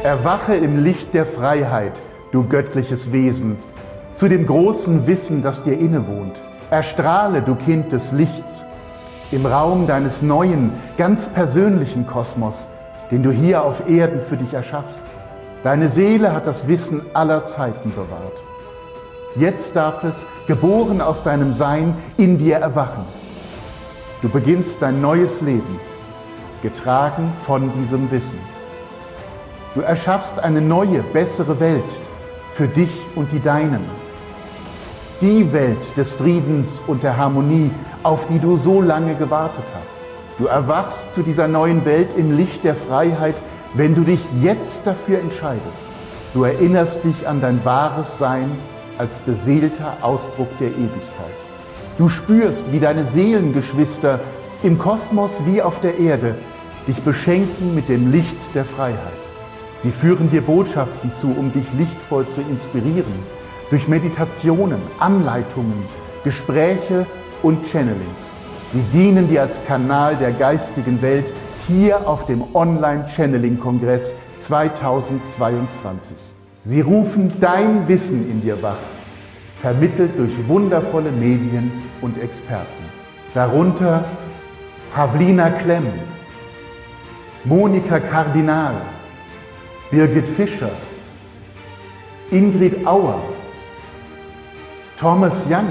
Erwache im Licht der Freiheit, du göttliches Wesen, zu dem großen Wissen, das dir innewohnt. Erstrahle, du Kind des Lichts, im Raum deines neuen, ganz persönlichen Kosmos, den du hier auf Erden für dich erschaffst. Deine Seele hat das Wissen aller Zeiten bewahrt. Jetzt darf es, geboren aus deinem Sein, in dir erwachen. Du beginnst dein neues Leben, getragen von diesem Wissen. Du erschaffst eine neue, bessere Welt für dich und die Deinen. Die Welt des Friedens und der Harmonie, auf die du so lange gewartet hast. Du erwachst zu dieser neuen Welt im Licht der Freiheit, wenn du dich jetzt dafür entscheidest. Du erinnerst dich an dein wahres Sein als beseelter Ausdruck der Ewigkeit. Du spürst, wie deine Seelengeschwister im Kosmos wie auf der Erde dich beschenken mit dem Licht der Freiheit. Sie führen dir Botschaften zu, um dich lichtvoll zu inspirieren, durch Meditationen, Anleitungen, Gespräche und Channelings. Sie dienen dir als Kanal der geistigen Welt hier auf dem Online-Channeling-Kongress 2022. Sie rufen dein Wissen in dir wach, vermittelt durch wundervolle Medien und Experten. Darunter Pavlina Klemm, Monika Kardinal, Birgit Fischer, Ingrid Auer, Thomas Young,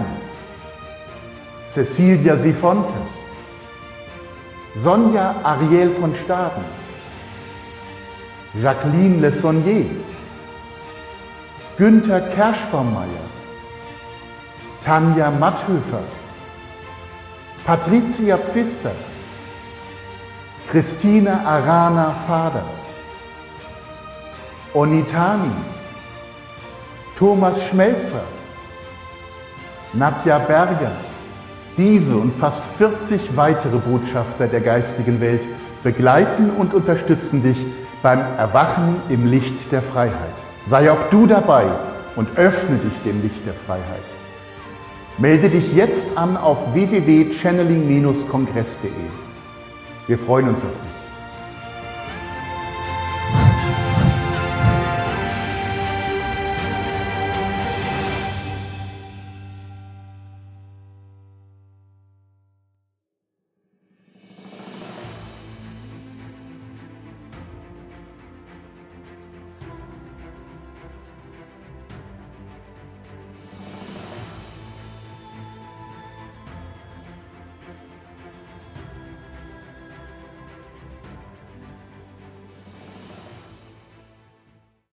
Cecilia Sifontes, Sonja Ariel von Staden, Jacqueline Le Saunier, Günther Kerschbaumeier, Tanja Matthöfer, Patricia Pfister, Christine Arana Fader, Onitani, Thomas Schmelzer, Nadja Berger. Diese und fast 40 weitere Botschafter der geistigen Welt begleiten und unterstützen dich beim Erwachen im Licht der Freiheit. Sei auch du dabei und öffne dich dem Licht der Freiheit. Melde dich jetzt an auf www.channeling-kongress.de. Wir freuen uns auf dich.